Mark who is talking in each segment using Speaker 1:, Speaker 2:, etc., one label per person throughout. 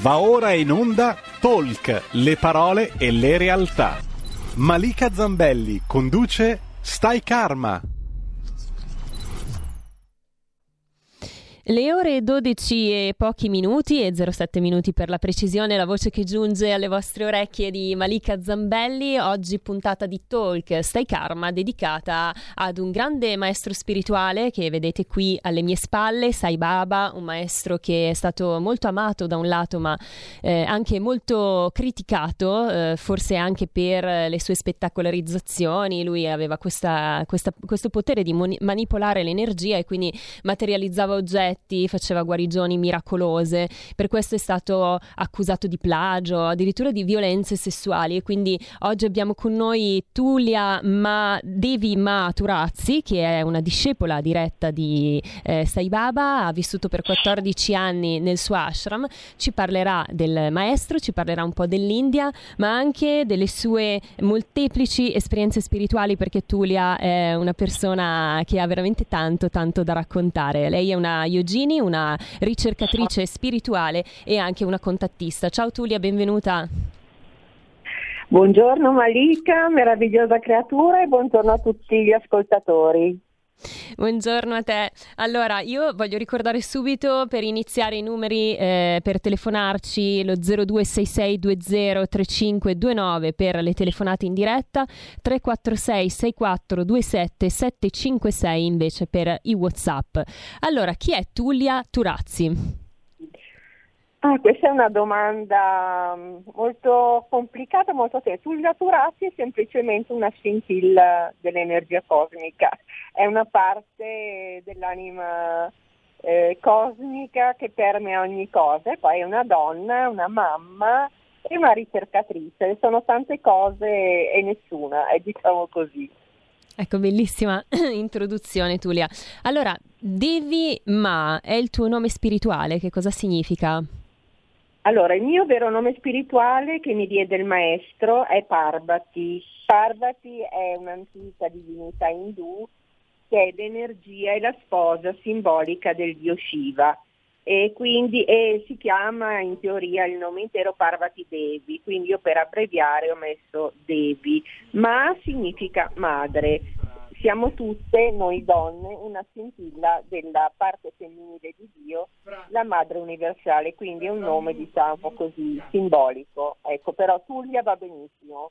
Speaker 1: Va ora in onda Talk, le parole e le realtà. Malika Zambelli conduce Stai Karma.
Speaker 2: Le ore 12 e pochi minuti e 07 minuti per la precisione, la voce che giunge alle vostre orecchie di Malika Zambelli. Oggi puntata di Talk Stai Karma dedicata ad un grande maestro spirituale che vedete qui alle mie spalle, Sai Baba, un maestro che è stato molto amato da un lato ma anche molto criticato, forse anche per le sue spettacolarizzazioni. Lui aveva questo potere di manipolare l'energia e quindi materializzava oggetti, faceva guarigioni miracolose. Per questo è stato accusato di plagio, addirittura di violenze sessuali, e quindi oggi abbiamo con noi Tullia Devi Ma Turazzi, che è una discepola diretta di Sai Baba, ha vissuto per 14 anni nel suo ashram. Ci parlerà del maestro, ci parlerà un po' dell'India, ma anche delle sue molteplici esperienze spirituali, perché Tullia è una persona che ha veramente tanto da raccontare. Lei è una yogini, una ricercatrice spirituale e anche una contattista. Ciao Tullia, benvenuta.
Speaker 3: Buongiorno Malika, meravigliosa creatura, e buongiorno a tutti gli ascoltatori.
Speaker 2: Buongiorno a te. Allora, io voglio ricordare subito, per iniziare, i numeri per telefonarci: lo 0266203529 per le telefonate in diretta, 346 6427 756 invece per i WhatsApp. Allora, chi è Tullia Turazzi?
Speaker 3: Questa è una domanda molto complicata, molto seria. Tullia Turazzi è semplicemente una scintilla dell'energia cosmica, è una parte dell'anima cosmica che permea ogni cosa, e poi è una donna, una mamma e una ricercatrice. Sono tante cose e nessuna, diciamo così.
Speaker 2: Ecco, bellissima introduzione, Tullia. Allora, Devi Ma è il tuo nome spirituale, che cosa significa?
Speaker 3: Allora, il mio vero nome spirituale che mi diede il maestro è Parvati. Parvati è un'antica divinità indù che è l'energia e la sposa simbolica del dio Shiva, e quindi si chiama in teoria il nome intero Parvati Devi, quindi io per abbreviare ho messo Devi. Ma significa madre. Siamo tutte, noi donne, una scintilla della parte femminile di Dio, la madre universale, quindi è un nome, diciamo così, simbolico. Ecco, però Tullia va benissimo.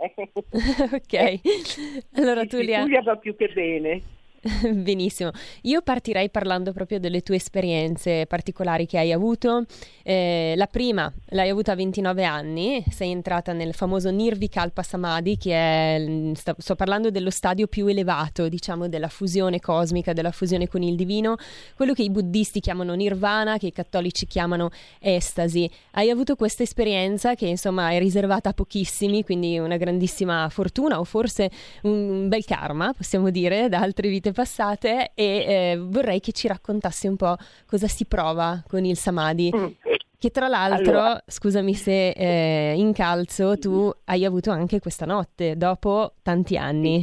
Speaker 2: Ok, allora
Speaker 3: Sì,
Speaker 2: Tullia...
Speaker 3: Tullia va più che bene.
Speaker 2: Benissimo, io partirei parlando proprio delle tue esperienze particolari che hai avuto. La prima l'hai avuta a 29 anni, sei entrata nel famoso Nirvikalpa Samadhi, che è, sto parlando dello stadio più elevato, diciamo, della fusione cosmica, della fusione con il divino, quello che i buddisti chiamano nirvana, che i cattolici chiamano estasi. Hai avuto questa esperienza che insomma è riservata a pochissimi, quindi una grandissima fortuna, o forse un bel karma, possiamo dire, da altre vite passate, e vorrei che ci raccontassi un po' cosa si prova con il Samadhi, che tra l'altro, allora, scusami se incalzo, tu hai avuto anche questa notte dopo tanti anni.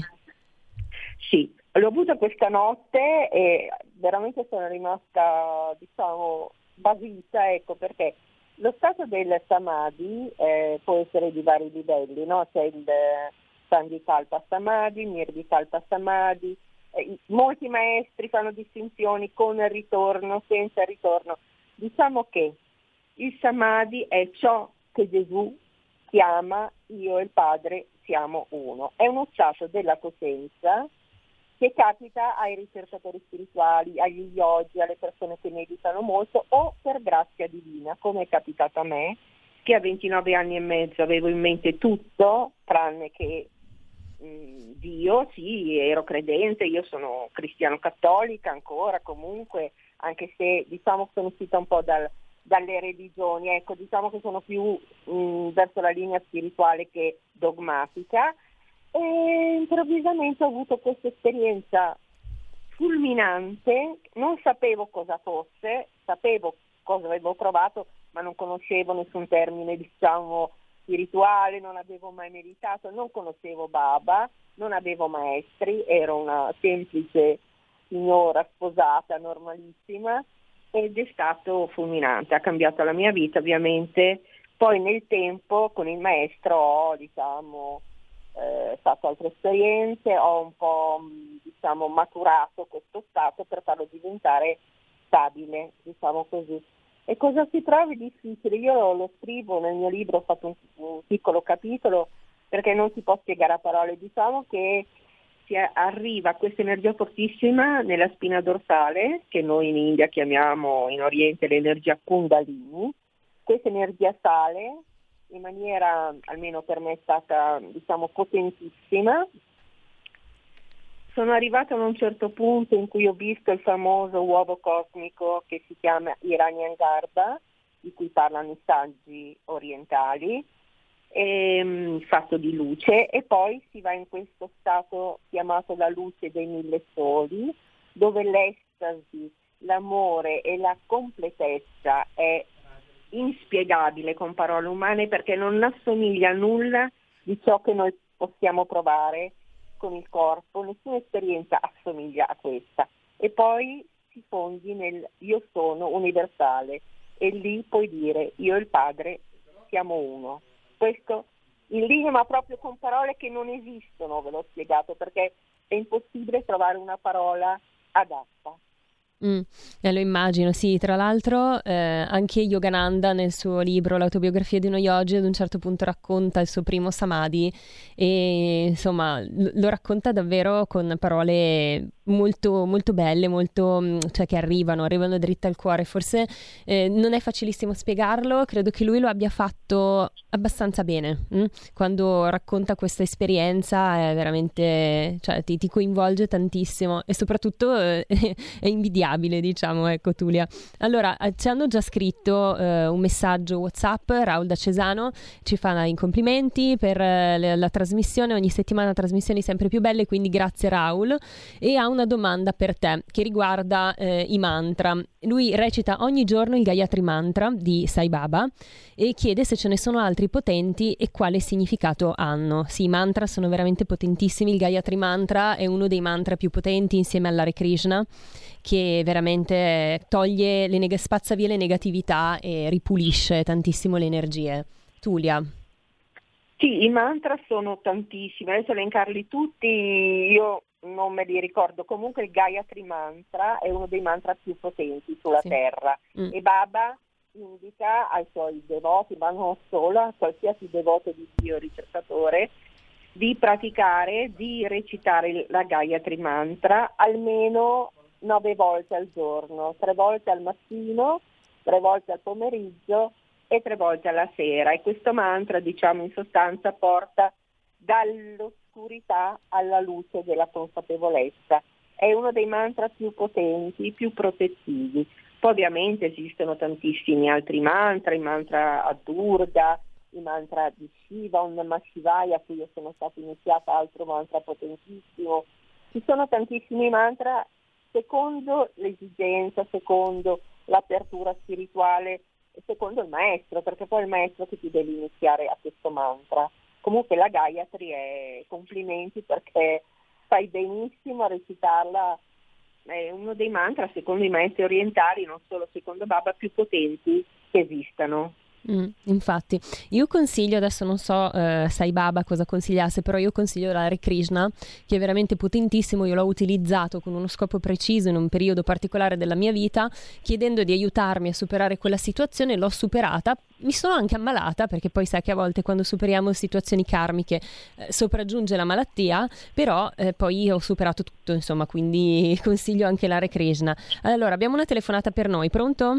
Speaker 3: Sì, l'ho avuta questa notte e veramente sono rimasta, diciamo, basita, ecco, perché lo stato del Samadhi può essere di vari livelli, no? C'è il Sandikalpa Samadhi, Nirvikalpa Samadhi. Molti maestri fanno distinzioni con il ritorno, senza il ritorno. Diciamo che il Samadhi è ciò che Gesù chiama io e il Padre siamo uno. È uno stato della coscienza che capita ai ricercatori spirituali, agli yogi, alle persone che meditano molto, o per grazia divina, come è capitato a me, che a 29 anni e mezzo avevo in mente tutto, tranne che Dio. Sì, ero credente, io sono cristiano-cattolica ancora comunque, anche se diciamo sono uscita un po' dalle religioni, ecco, diciamo che sono più verso la linea spirituale che dogmatica, e improvvisamente ho avuto questa esperienza fulminante. Non sapevo cosa fosse, sapevo cosa avevo provato, ma non conoscevo nessun termine, diciamo, spirituale, non avevo mai meditato, non conoscevo Baba, non avevo maestri, ero una semplice signora sposata normalissima, ed è stato fulminante, ha cambiato la mia vita ovviamente. Poi nel tempo con il maestro ho fatto altre esperienze, ho un po' maturato questo stato per farlo diventare stabile, diciamo così. E cosa si trovi difficile? Io lo scrivo nel mio libro, ho fatto un piccolo capitolo perché non si può spiegare a parole. Diciamo che si arriva a questa energia fortissima nella spina dorsale, che noi in India chiamiamo in Oriente l'energia Kundalini. Questa energia sale in maniera, almeno per me è stata potentissima. Sono arrivata a un certo punto in cui ho visto il famoso uovo cosmico che si chiama Hiranyangarbha, di cui parlano i saggi orientali, fatto di luce, e poi si va in questo stato chiamato la luce dei 1000 soli, dove l'estasi, l'amore e la completezza è inspiegabile con parole umane, perché non assomiglia a nulla di ciò che noi possiamo provare con il corpo, nessuna esperienza assomiglia a questa, e poi si fondi nel io sono universale, e lì puoi dire io e il Padre siamo uno. Questo in linea, ma proprio con parole che non esistono, ve l'ho spiegato, perché è impossibile trovare una parola adatta.
Speaker 2: Lo immagino, sì. Tra l'altro anche Yogananda nel suo libro L'autobiografia di uno yogi ad un certo punto racconta il suo primo samadhi, e insomma lo racconta davvero con parole molto, molto belle, cioè che arrivano dritte al cuore. Forse non è facilissimo spiegarlo, credo che lui lo abbia fatto abbastanza bene. Quando racconta questa esperienza è veramente, cioè ti coinvolge tantissimo, e soprattutto è invidiabile, diciamo, ecco, Tulia. Allora, ci hanno già scritto un messaggio WhatsApp, Raul da Cesano ci fa i complimenti per la trasmissione, ogni settimana trasmissioni sempre più belle, quindi grazie Raul, e ha una domanda per te che riguarda i mantra. Lui recita ogni giorno il Gayatri Mantra di Sai Baba e chiede se ce ne sono altri potenti e quale significato hanno. Sì, i mantra sono veramente potentissimi. Il Gayatri Mantra è uno dei mantra più potenti insieme all'Hare Krishna, che veramente spazza via le negatività e ripulisce tantissimo le energie. Tulia.
Speaker 3: Sì, i mantra sono tantissimi, adesso elencarli tutti io non me li ricordo. Comunque il Gayatri Mantra è uno dei mantra più potenti sulla terra, e Baba indica ai suoi devoti, ma non solo, a qualsiasi devoto di Dio ricercatore, di praticare, di recitare la Gayatri Mantra almeno 9 volte al giorno, 3 volte al mattino, 3 volte al pomeriggio e 3 volte alla sera. E questo mantra, diciamo in sostanza, porta dall'oscurità alla luce della consapevolezza. È uno dei mantra più potenti, più protettivi. Poi ovviamente esistono tantissimi altri mantra, i mantra a Durga, i mantra di Shiva, un Namah Shivaya, a cui io sono stata iniziata, altro mantra potentissimo. Ci sono tantissimi mantra secondo l'esigenza, secondo l'apertura spirituale e secondo il maestro, perché poi è il maestro che ti deve iniziare a questo mantra. Comunque la Gayatri è complimenti, perché fai benissimo a recitarla, è uno dei mantra secondo i maestri orientali, non solo secondo Baba, più potenti che esistano.
Speaker 2: Infatti io consiglio, adesso non so Sai Baba cosa consigliasse, però io consiglio l'Hare Krishna, che è veramente potentissimo. Io l'ho utilizzato con uno scopo preciso in un periodo particolare della mia vita, chiedendo di aiutarmi a superare quella situazione. L'ho superata, mi sono anche ammalata, perché poi sai che a volte quando superiamo situazioni karmiche sopraggiunge la malattia, però poi ho superato tutto, insomma, quindi consiglio anche l'Hare Krishna. Allora, abbiamo una telefonata per noi, pronto?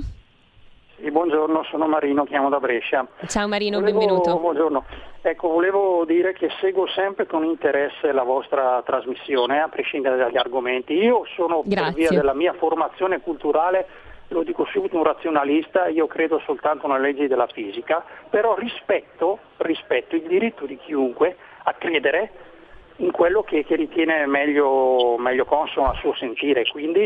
Speaker 4: Sì, buongiorno, sono Marino, chiamo da Brescia.
Speaker 2: Ciao Marino, benvenuto.
Speaker 4: Buongiorno. Ecco, volevo dire che seguo sempre con interesse la vostra trasmissione, a prescindere dagli argomenti. Io sono, per via della mia formazione culturale, lo dico subito, un razionalista. Io credo soltanto nelle leggi della fisica, però rispetto il diritto di chiunque a credere in quello che ritiene meglio consono al suo sentire. Quindi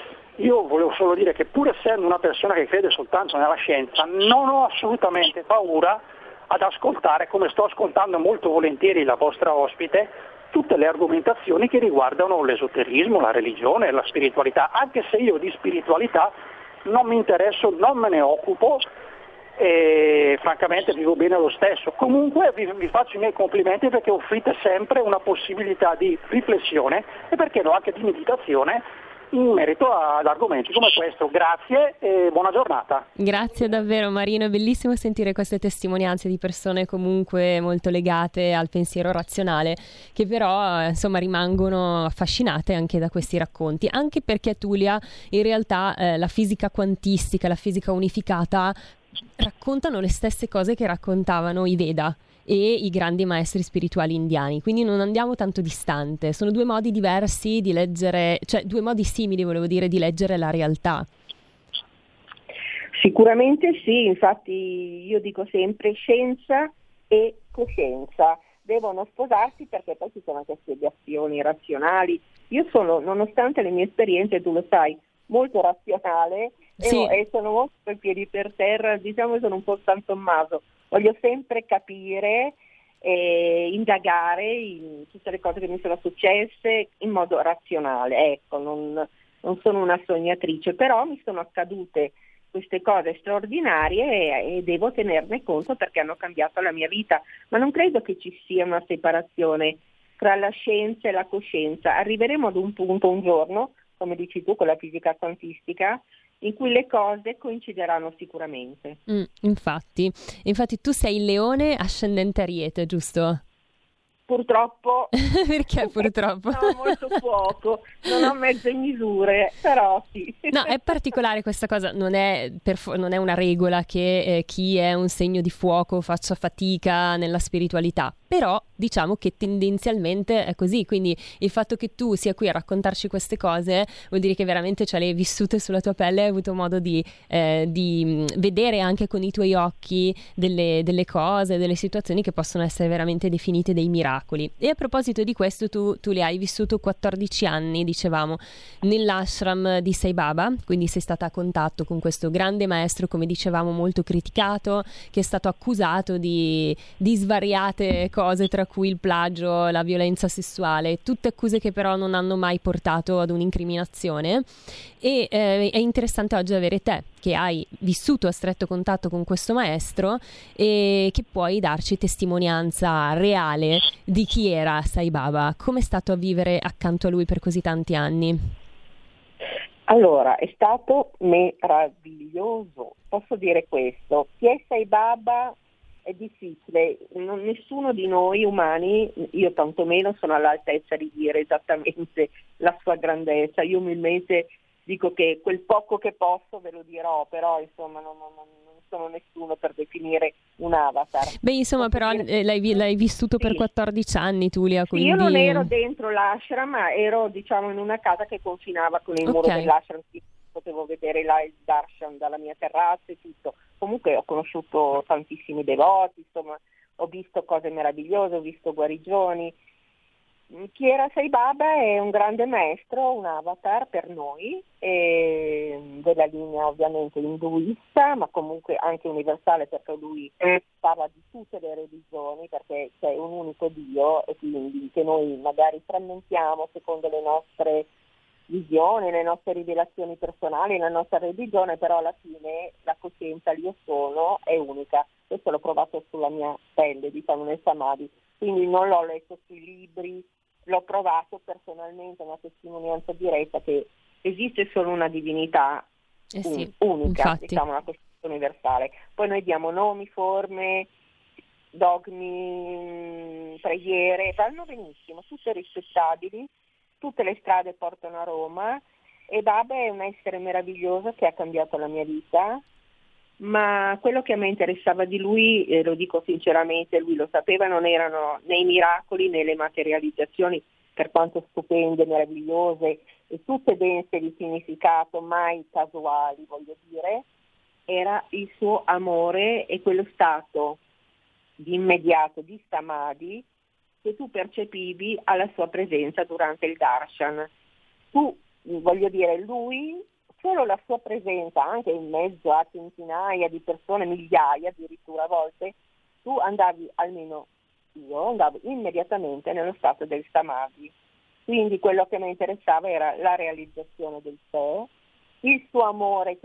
Speaker 4: io volevo solo dire che, pur essendo una persona che crede soltanto nella scienza, non ho assolutamente paura ad ascoltare, come sto ascoltando molto volentieri la vostra ospite, tutte le argomentazioni che riguardano l'esoterismo, la religione, la spiritualità, anche se io di spiritualità non mi interesso, non me ne occupo e francamente vivo bene lo stesso. Comunque vi faccio i miei complimenti perché offrite sempre una possibilità di riflessione e perché no anche di meditazione in merito ad argomenti come questo. Grazie e buona giornata.
Speaker 2: Grazie davvero Marino, è bellissimo sentire queste testimonianze di persone comunque molto legate al pensiero razionale, che però insomma rimangono affascinate anche da questi racconti, anche perché Tulia in realtà la fisica quantistica, la fisica unificata raccontano le stesse cose che raccontavano i Veda e i grandi maestri spirituali indiani, quindi non andiamo tanto distante, sono due modi diversi di leggere, cioè due modi simili volevo dire di leggere la realtà.
Speaker 3: Sicuramente sì, infatti io dico sempre scienza e coscienza devono sposarsi perché poi ci sono anche spiegazioni razionali. Io sono, nonostante le mie esperienze, tu lo sai, molto razionale
Speaker 2: sì.
Speaker 3: e sono molto coi piedi per terra, diciamo sono un po' San Tommaso. Voglio sempre capire e indagare in tutte le cose che mi sono successe in modo razionale. Ecco, non sono una sognatrice, però mi sono accadute queste cose straordinarie e devo tenerne conto perché hanno cambiato la mia vita. Ma non credo che ci sia una separazione tra la scienza e la coscienza. Arriveremo ad un punto un giorno, come dici tu, con la fisica quantistica, in cui le cose coincideranno sicuramente.
Speaker 2: Infatti tu sei il leone ascendente Ariete, giusto?
Speaker 3: Purtroppo.
Speaker 2: Perché purtroppo?
Speaker 3: No, molto fuoco, non ho mezze misure, però sì.
Speaker 2: No, è particolare questa cosa, non è una regola che chi è un segno di fuoco faccia fatica nella spiritualità, però diciamo che tendenzialmente è così, quindi il fatto che tu sia qui a raccontarci queste cose vuol dire che veramente ce le hai vissute sulla tua pelle, hai avuto modo di vedere anche con i tuoi occhi delle cose, delle situazioni che possono essere veramente definite dei miracoli. E a proposito di questo, tu li hai vissuto 14 anni, dicevamo, nell'ashram di Sai Baba, quindi sei stata a contatto con questo grande maestro, come dicevamo, molto criticato, che è stato accusato di svariate cose, tra cui il plagio, la violenza sessuale, tutte accuse che però non hanno mai portato ad un'incriminazione. E è interessante oggi avere te, che hai vissuto a stretto contatto con questo maestro e che puoi darci testimonianza reale di chi era Sai Baba. Come è stato a vivere accanto a lui per così tanti anni?
Speaker 3: Allora, è stato meraviglioso, posso dire questo. Chi è Sai Baba è difficile, nessuno di noi umani, io tantomeno, sono all'altezza di dire esattamente la sua grandezza. Io umilmente dico che quel poco che posso ve lo dirò, però insomma non sono nessuno per definire un avatar.
Speaker 2: Beh, insomma, però l'hai vissuto per 14 anni, Tulia, quindi...
Speaker 3: Sì, io non ero dentro l'ashram, ma ero diciamo in una casa che confinava con il muro dell'ashram, potevo vedere il darshan dalla mia terrazza e tutto. Comunque ho conosciuto tantissimi devoti, insomma, ho visto cose meravigliose, ho visto guarigioni. Chi era Sai Baba è un grande maestro, un avatar per noi, della linea ovviamente induista, ma comunque anche universale, perché lui parla di tutte le religioni, perché c'è un unico Dio e quindi che noi magari frammentiamo secondo le nostre visioni, le nostre rivelazioni personali, la nostra religione, però alla fine la coscienza, l'io sono, è unica. Questo l'ho provato sulla mia pelle, diciamo nel Samadhi, quindi non l'ho letto sui libri, l'ho provato personalmente, una testimonianza diretta che esiste solo una divinità unica,
Speaker 2: infatti.
Speaker 3: Diciamo una coscienza universale. Poi noi diamo nomi, forme, dogmi, preghiere, vanno benissimo, tutte rispettabili, tutte le strade portano a Roma e Baba è un essere meraviglioso che ha cambiato la mia vita, ma quello che a me interessava di lui, lo dico sinceramente, lui lo sapeva, non erano né i miracoli né le materializzazioni, per quanto stupende, meravigliose e tutte dense di significato, mai casuali, voglio dire, era il suo amore e quello stato di immediato di samadhi che tu percepivi alla sua presenza durante il darshan. Tu, voglio dire, lui, solo la sua presenza, anche in mezzo a centinaia di persone, migliaia addirittura a volte, tu andavi, almeno io, andavo immediatamente nello stato del samadhi. Quindi quello che mi interessava era la realizzazione del sé, il suo amore che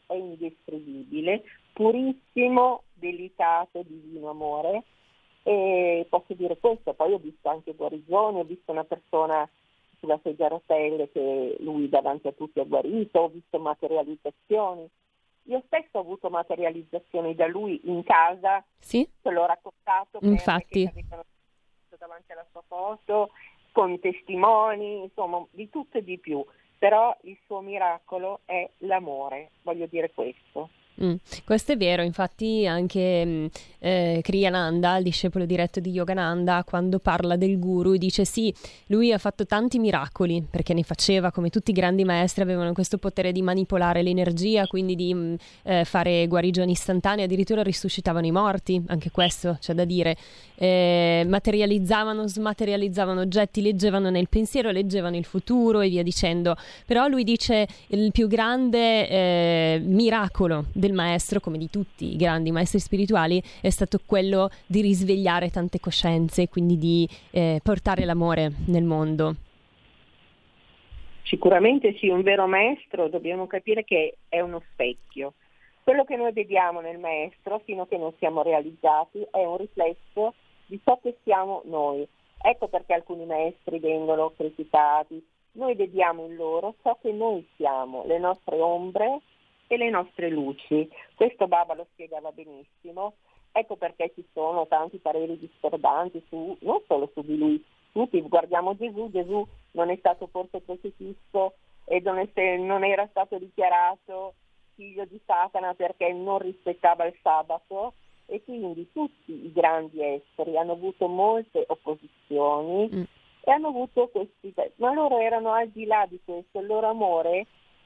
Speaker 3: è indescrivibile, purissimo, delicato, divino amore. E posso dire questo, poi ho visto anche guarigioni, ho visto una persona sulla sedia a rotelle che lui davanti a tutti ha guarito, ho visto materializzazioni. Io stesso ho avuto materializzazioni da lui in casa,
Speaker 2: sì?
Speaker 3: Te l'ho raccontato,
Speaker 2: infatti,
Speaker 3: che avevano davanti alla sua foto, con testimoni, insomma, di tutto e di più. Però il suo miracolo è l'amore, voglio dire questo.
Speaker 2: Questo è vero, infatti anche Kriyananda, il discepolo diretto di Yogananda, quando parla del guru dice sì, lui ha fatto tanti miracoli, perché ne faceva, come tutti i grandi maestri avevano questo potere di manipolare l'energia, quindi di fare guarigioni istantanee, addirittura risuscitavano i morti, anche questo c'è da dire, materializzavano, smaterializzavano oggetti, leggevano nel pensiero, leggevano il futuro e via dicendo. Però lui dice il più grande miracolo del maestro, come di tutti i grandi maestri spirituali, è stato quello di risvegliare tante coscienze, quindi di portare l'amore nel mondo.
Speaker 3: Sicuramente sì, un vero maestro dobbiamo capire che è uno specchio. Quello che noi vediamo nel maestro, fino a che non siamo realizzati, è un riflesso di ciò che siamo noi. Ecco perché alcuni maestri vengono criticati. Noi vediamo in loro ciò che noi siamo, le nostre ombre e le nostre luci. Questo Baba lo spiegava benissimo. Ecco perché ci sono tanti pareri discordanti non solo su di lui. Tutti guardiamo Gesù non è stato forse crocifisso e non era stato dichiarato figlio di Satana perché non rispettava il sabato, e quindi tutti i grandi esseri hanno avuto molte opposizioni e hanno avuto ma loro erano al di là di questo, il loro amore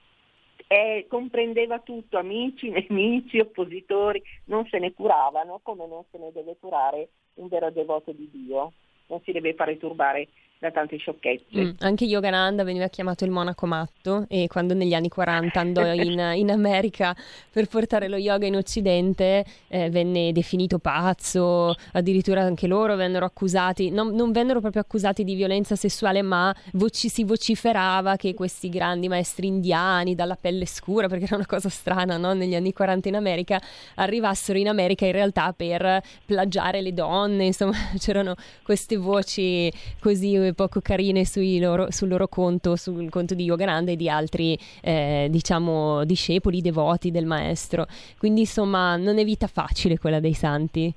Speaker 3: comprendeva tutto, amici, nemici, oppositori, non se ne curavano come non se ne deve curare un vero devoto di Dio, non si deve fare turbare da tante sciocchezze.
Speaker 2: Anche Yogananda veniva chiamato il monaco matto, e quando negli anni 40 andò in America per portare lo yoga in Occidente venne definito pazzo, addirittura anche loro vennero accusati, non vennero proprio accusati di violenza sessuale, ma si vociferava che questi grandi maestri indiani dalla pelle scura, perché era una cosa strana, no? Negli anni 40 in America, arrivassero in America in realtà per plagiare le donne, insomma c'erano queste voci così poco carine sul loro conto, sul conto di Yogananda e di altri discepoli devoti del maestro. Quindi insomma non è vita facile quella dei santi.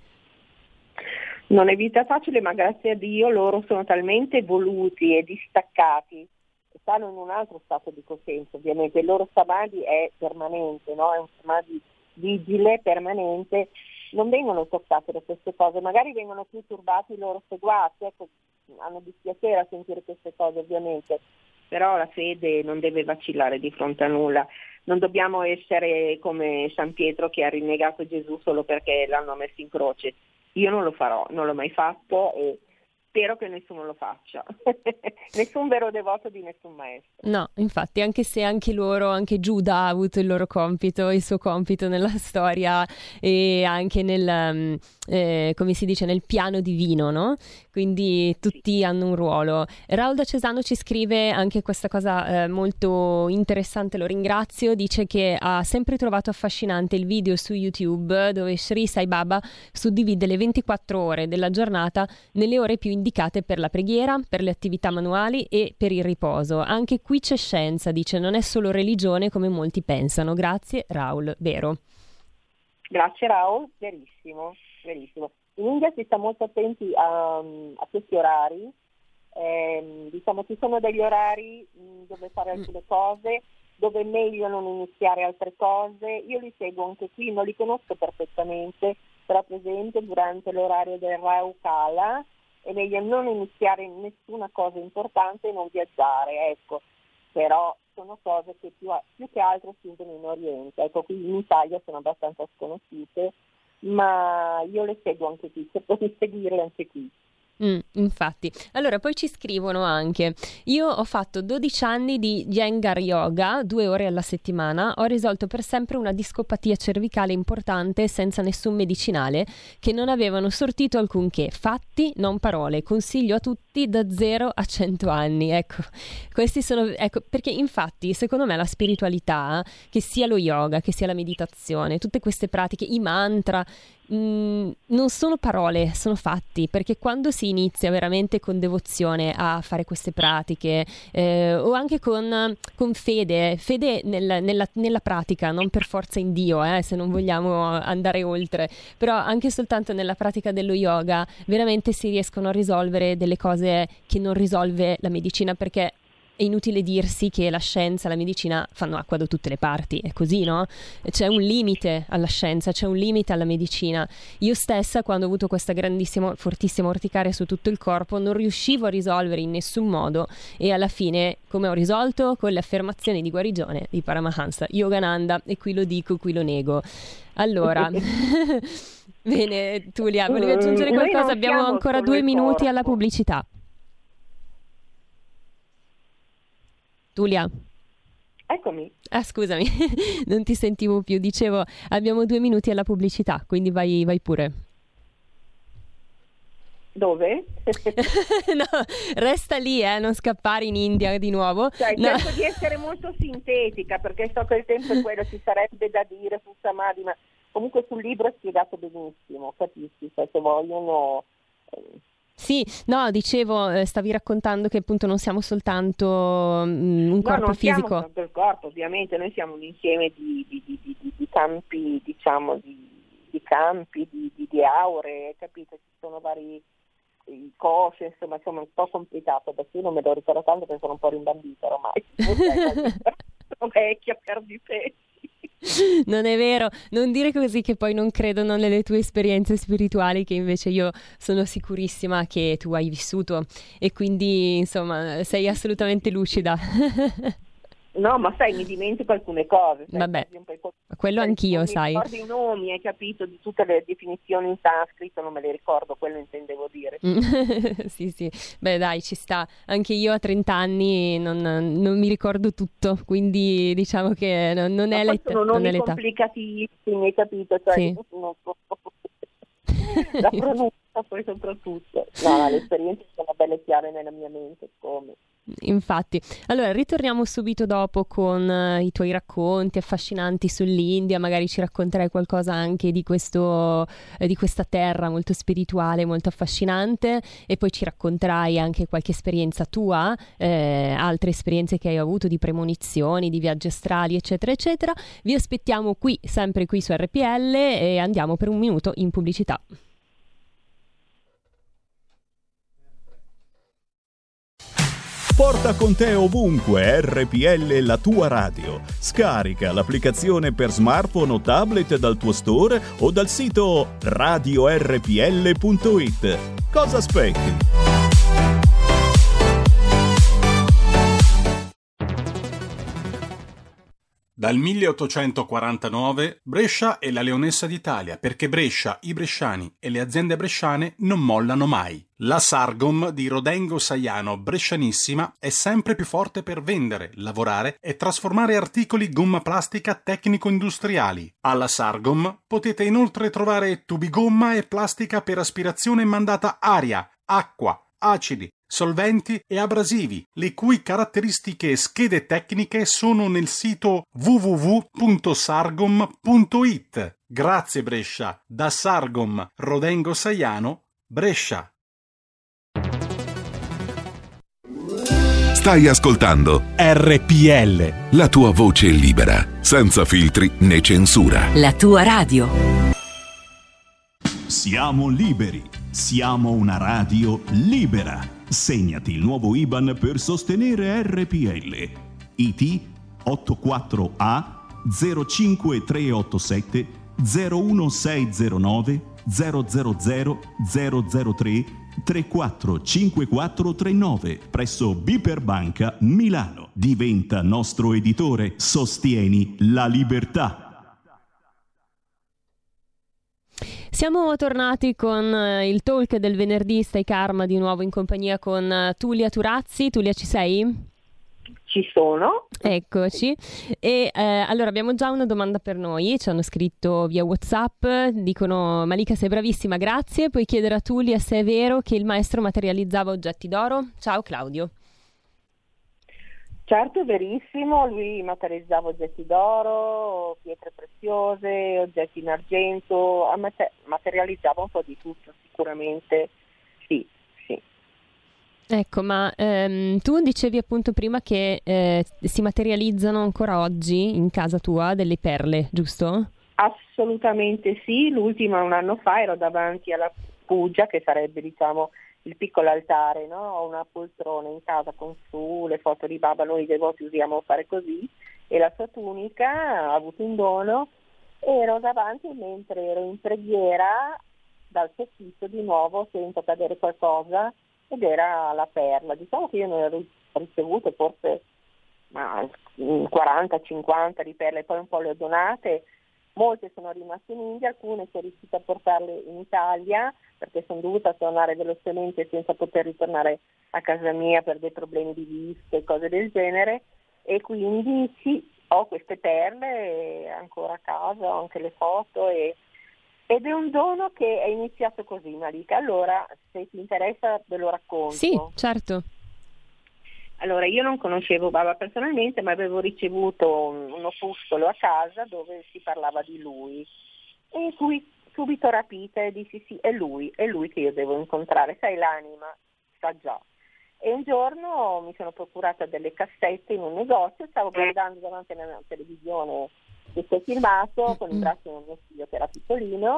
Speaker 3: Non è vita facile, ma grazie a Dio loro sono talmente evoluti e distaccati, stanno in un altro stato di coscienza. Ovviamente il loro samadhi è permanente, no? È un samadhi vigile, permanente, non vengono toccate da queste cose, magari vengono più turbati i loro seguaci, ecco, hanno dispiacere a sentire queste cose ovviamente, però la fede non deve vacillare di fronte a nulla. Non dobbiamo essere come San Pietro che ha rinnegato Gesù solo perché l'hanno messo in croce. Io non lo farò, non l'ho mai fatto e spero che nessuno lo faccia. Nessun vero devoto di nessun maestro.
Speaker 2: No, infatti, anche se anche Giuda ha avuto il loro compito, il suo compito nella storia e anche nel, come si dice, nel piano divino, no? Quindi tutti hanno un ruolo. Raul da Cesano ci scrive anche questa cosa molto interessante, lo ringrazio, dice che ha sempre trovato affascinante il video su YouTube dove Sri Sai Baba suddivide le 24 ore della giornata nelle ore più indicate per la preghiera, per le attività manuali e per il riposo. Anche qui c'è scienza, dice, non è solo religione come molti pensano. Grazie Raul, vero?
Speaker 3: Grazie Raul, verissimo, verissimo. In India si sta molto attenti a questi orari, ci sono degli orari dove fare alcune cose, dove è meglio non iniziare altre cose. Io li seguo anche qui, non li conosco perfettamente, però per esempio durante l'orario del Rahu Kala è meglio non iniziare nessuna cosa importante e non viaggiare, ecco, però sono cose che più che altro si usano in Oriente, ecco, qui in Italia sono abbastanza sconosciute, ma io le seguo anche qui, cerco di seguirle anche qui.
Speaker 2: Infatti, allora poi ci scrivono anche: io ho fatto 12 anni di Iyengar Yoga, 2 ore alla settimana, ho risolto per sempre una discopatia cervicale importante senza nessun medicinale che non avevano sortito alcunché, fatti non parole, consiglio a tutti fatti da 0 a 100 anni. Ecco, questi sono, perché infatti secondo me la spiritualità, che sia lo yoga, che sia la meditazione, tutte queste pratiche, i mantra, non sono parole, sono fatti, perché quando si inizia veramente con devozione a fare queste pratiche, o anche con fede nella pratica, non per forza in Dio, se non vogliamo andare oltre, però anche soltanto nella pratica dello yoga veramente si riescono a risolvere delle cose che non risolve la medicina, perché è inutile dirsi che la scienza e la medicina fanno acqua da tutte le parti, è così, no? C'è un limite alla scienza, c'è un limite alla medicina. Io stessa, quando ho avuto questa fortissima orticaria su tutto il corpo, non riuscivo a risolvere in nessun modo, e alla fine come ho risolto? Con le affermazioni di guarigione di Paramahansa Yogananda, e qui lo dico, qui lo nego. Allora, bene, Tulia, volevi aggiungere qualcosa? Abbiamo ancora 2 minuti alla pubblicità. Tulia?
Speaker 3: Eccomi.
Speaker 2: Scusami, non ti sentivo più. Dicevo, abbiamo 2 minuti alla pubblicità, quindi vai pure.
Speaker 3: Dove?
Speaker 2: No, resta lì, non scappare in India di nuovo.
Speaker 3: Cerco di essere molto sintetica, perché so che il tempo è quello, ci sarebbe da dire su Samadhi, ma comunque sul libro è spiegato benissimo, capisci? Se vogliono...
Speaker 2: Sì, no, dicevo, stavi raccontando che appunto non siamo soltanto un corpo fisico.
Speaker 3: No, non siamo soltanto il corpo, ovviamente, noi siamo un insieme di campi, diciamo, di campi, di aure, capito? Ci sono vari cose, insomma è un po' complicato, perché io non me lo ricordo tanto perché sono un po' rimbambita ormai, sono vecchia, perdi i pezzi.
Speaker 2: Non è vero, non dire così, che poi non credono nelle tue esperienze spirituali, che invece io sono sicurissima che tu hai vissuto, e quindi insomma sei assolutamente lucida.
Speaker 3: No, ma sai, mi dimentico alcune cose.
Speaker 2: Vabbè, quello anch'io, sai.
Speaker 3: Mi ricordo i nomi, hai capito, di tutte le definizioni in sanscrito, non me le ricordo, quello intendevo dire.
Speaker 2: Sì, beh dai, ci sta. Anche io a 30 anni non mi ricordo tutto, quindi diciamo che non è l'età.
Speaker 3: Sono nomi complicatissimi, hai capito? Cioè,
Speaker 2: sì.
Speaker 3: La pronuncia poi soprattutto. No, le esperienze sono belle chiare nella mia mente, come...
Speaker 2: Infatti, allora ritorniamo subito dopo con i tuoi racconti affascinanti sull'India. Magari ci racconterai qualcosa anche di questa terra molto spirituale, molto affascinante, e poi ci racconterai anche qualche esperienza tua, altre esperienze che hai avuto di premonizioni, di viaggi astrali, eccetera eccetera. Vi aspettiamo qui, sempre qui su RPL, e andiamo per un minuto in pubblicità.
Speaker 5: Porta con te ovunque RPL, la tua radio. Scarica l'applicazione per smartphone o tablet dal tuo store o dal sito radiorpl.it. Cosa aspetti?
Speaker 1: Dal 1849 Brescia è la leonessa d'Italia, perché Brescia, i bresciani e le aziende bresciane non mollano mai. La Sargom di Rodengo Saiano Brescianissima è sempre più forte per vendere, lavorare e trasformare articoli gomma plastica tecnico-industriali. Alla Sargom potete inoltre trovare tubi gomma e plastica per aspirazione mandata aria, acqua, acidi, solventi e abrasivi, le cui caratteristiche e schede tecniche sono nel sito www.sargom.it. Grazie Brescia, da Sargom Rodengo Saiano, Brescia.
Speaker 6: Stai ascoltando
Speaker 1: RPL,
Speaker 6: la tua voce libera, senza filtri né censura.
Speaker 7: La tua radio.
Speaker 8: Siamo liberi, siamo una radio libera. Segnati il nuovo IBAN per sostenere RPL. IT 84A 05387 01609 000 003 345439 presso Biper Banca Milano. Diventa nostro editore. Sostieni la libertà.
Speaker 2: Siamo tornati con il talk del venerdì. Stai Karma di nuovo in compagnia con Tulia Turazzi. Tulia, ci sei?
Speaker 3: Ci sono.
Speaker 2: Eccoci. E allora abbiamo già una domanda per noi, ci hanno scritto via WhatsApp, dicono: Malika, sei bravissima, grazie, puoi chiedere a Tulia se è vero che il maestro materializzava oggetti d'oro? Ciao Claudio.
Speaker 3: Certo, è verissimo, lui materializzava oggetti d'oro, pietre preziose, oggetti in argento, materializzava un po' di tutto, sicuramente sì.
Speaker 2: Ecco, ma tu dicevi appunto prima che si materializzano ancora oggi in casa tua delle perle, giusto?
Speaker 3: Assolutamente sì, l'ultima un anno fa ero davanti alla Puggia, che sarebbe diciamo il piccolo altare, no? Ho una poltrona in casa con su le foto di Baba, noi devoti usiamo fare così, e la sua tunica ha avuto un dono, ero davanti mentre ero in preghiera, dal soffitto di nuovo sento cadere qualcosa ed era la perla. Diciamo che io ne ho ricevute forse 40-50 di perle, poi un po' le ho donate. Molte sono rimaste in India, alcune sono riuscita a portarle in Italia perché sono dovuta tornare velocemente senza poter ritornare a casa mia per dei problemi di vista e cose del genere, e quindi sì, ho queste perle ancora a casa, ho anche le foto ed è un dono che è iniziato così, Malika. Allora, se ti interessa ve lo racconto.
Speaker 2: Sì, certo.
Speaker 3: Allora, io non conoscevo Baba personalmente, ma avevo ricevuto un opuscolo a casa dove si parlava di lui, e fui subito rapita e dissi sì, è lui che io devo incontrare, sai, l'anima sa già. E un giorno mi sono procurata delle cassette in un negozio, stavo guardando davanti alla televisione che si è filmato con il braccio di mio figlio che era piccolino,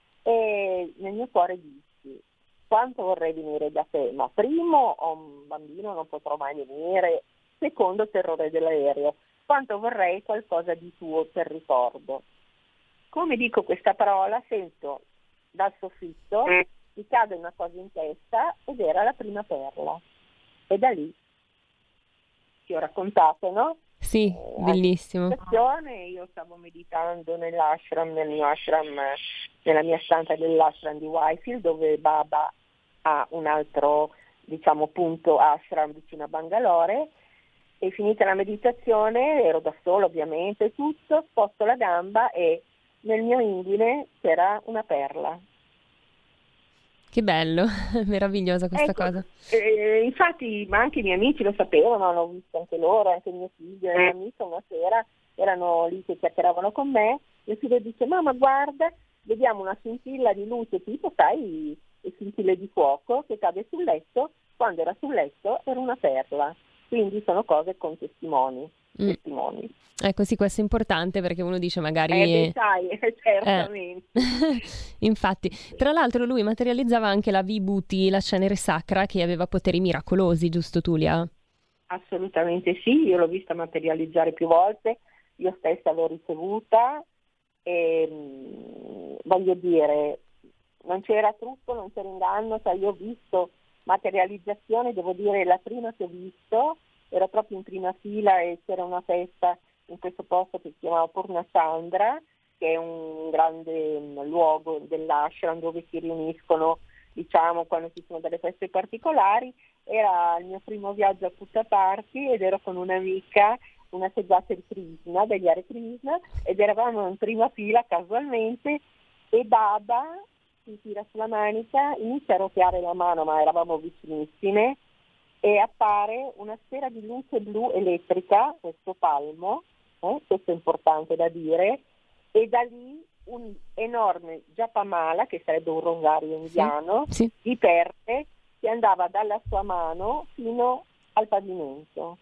Speaker 3: e nel mio cuore dissi: quanto vorrei venire da te, ma primo ho un bambino, non potrò mai venire, secondo terrore dell'aereo, quanto vorrei qualcosa di tuo per ricordo. Come dico questa parola, sento dal soffitto, mi cade una cosa in testa ed era la prima perla. E da lì ti ho raccontato, no?
Speaker 2: Sì, bellissimo.
Speaker 3: Io stavo meditando nell'ashram, nel mio ashram, nella mia stanza dell'ashram di Whitefield, dove Baba ha un altro, diciamo, punto ashram vicino a Bangalore, e finita la meditazione, ero da sola ovviamente, tutto, sposto la gamba e nel mio inguine c'era una perla.
Speaker 2: Che bello, meravigliosa questa cosa.
Speaker 3: Infatti, ma anche i miei amici lo sapevano, hanno visto anche loro, anche mio figlio e l'amica una sera erano lì che chiacchieravano con me. Mio figlio dice: mamma, guarda, vediamo una scintilla di luce, tipo, sai, le scintille di fuoco che cade sul letto. Quando era sul letto era una perla. Quindi sono cose con testimoni.
Speaker 2: Ecco, sì, questo è importante perché uno dice magari...
Speaker 3: sai, certamente.
Speaker 2: Infatti, tra l'altro lui materializzava anche la Vibhuti, la cenere sacra, che aveva poteri miracolosi, giusto Tulia?
Speaker 3: Assolutamente sì, io l'ho vista materializzare più volte, io stessa l'ho ricevuta e voglio dire, non c'era trucco, non c'era inganno, cioè io ho visto materializzazione, devo dire la prima che ho visto, ero proprio in prima fila e c'era una festa in questo posto che si chiamava Purnachandra, che è un grande luogo dell'ashram dove si riuniscono, diciamo, quando ci sono delle feste particolari. Era il mio primo viaggio a Puttaparthi ed ero con un'amica, una seguace di Krishna, degli Hare Krishna, ed eravamo in prima fila casualmente e Baba si tira sulla manica, inizia a roteare la mano, ma eravamo vicinissime, e appare una sfera di luce blu elettrica, questo palmo, questo è importante da dire, e da lì un enorme japamala, che sarebbe un rosario indiano,
Speaker 2: sì.
Speaker 3: Di perle, che andava dalla sua mano fino al pavimento,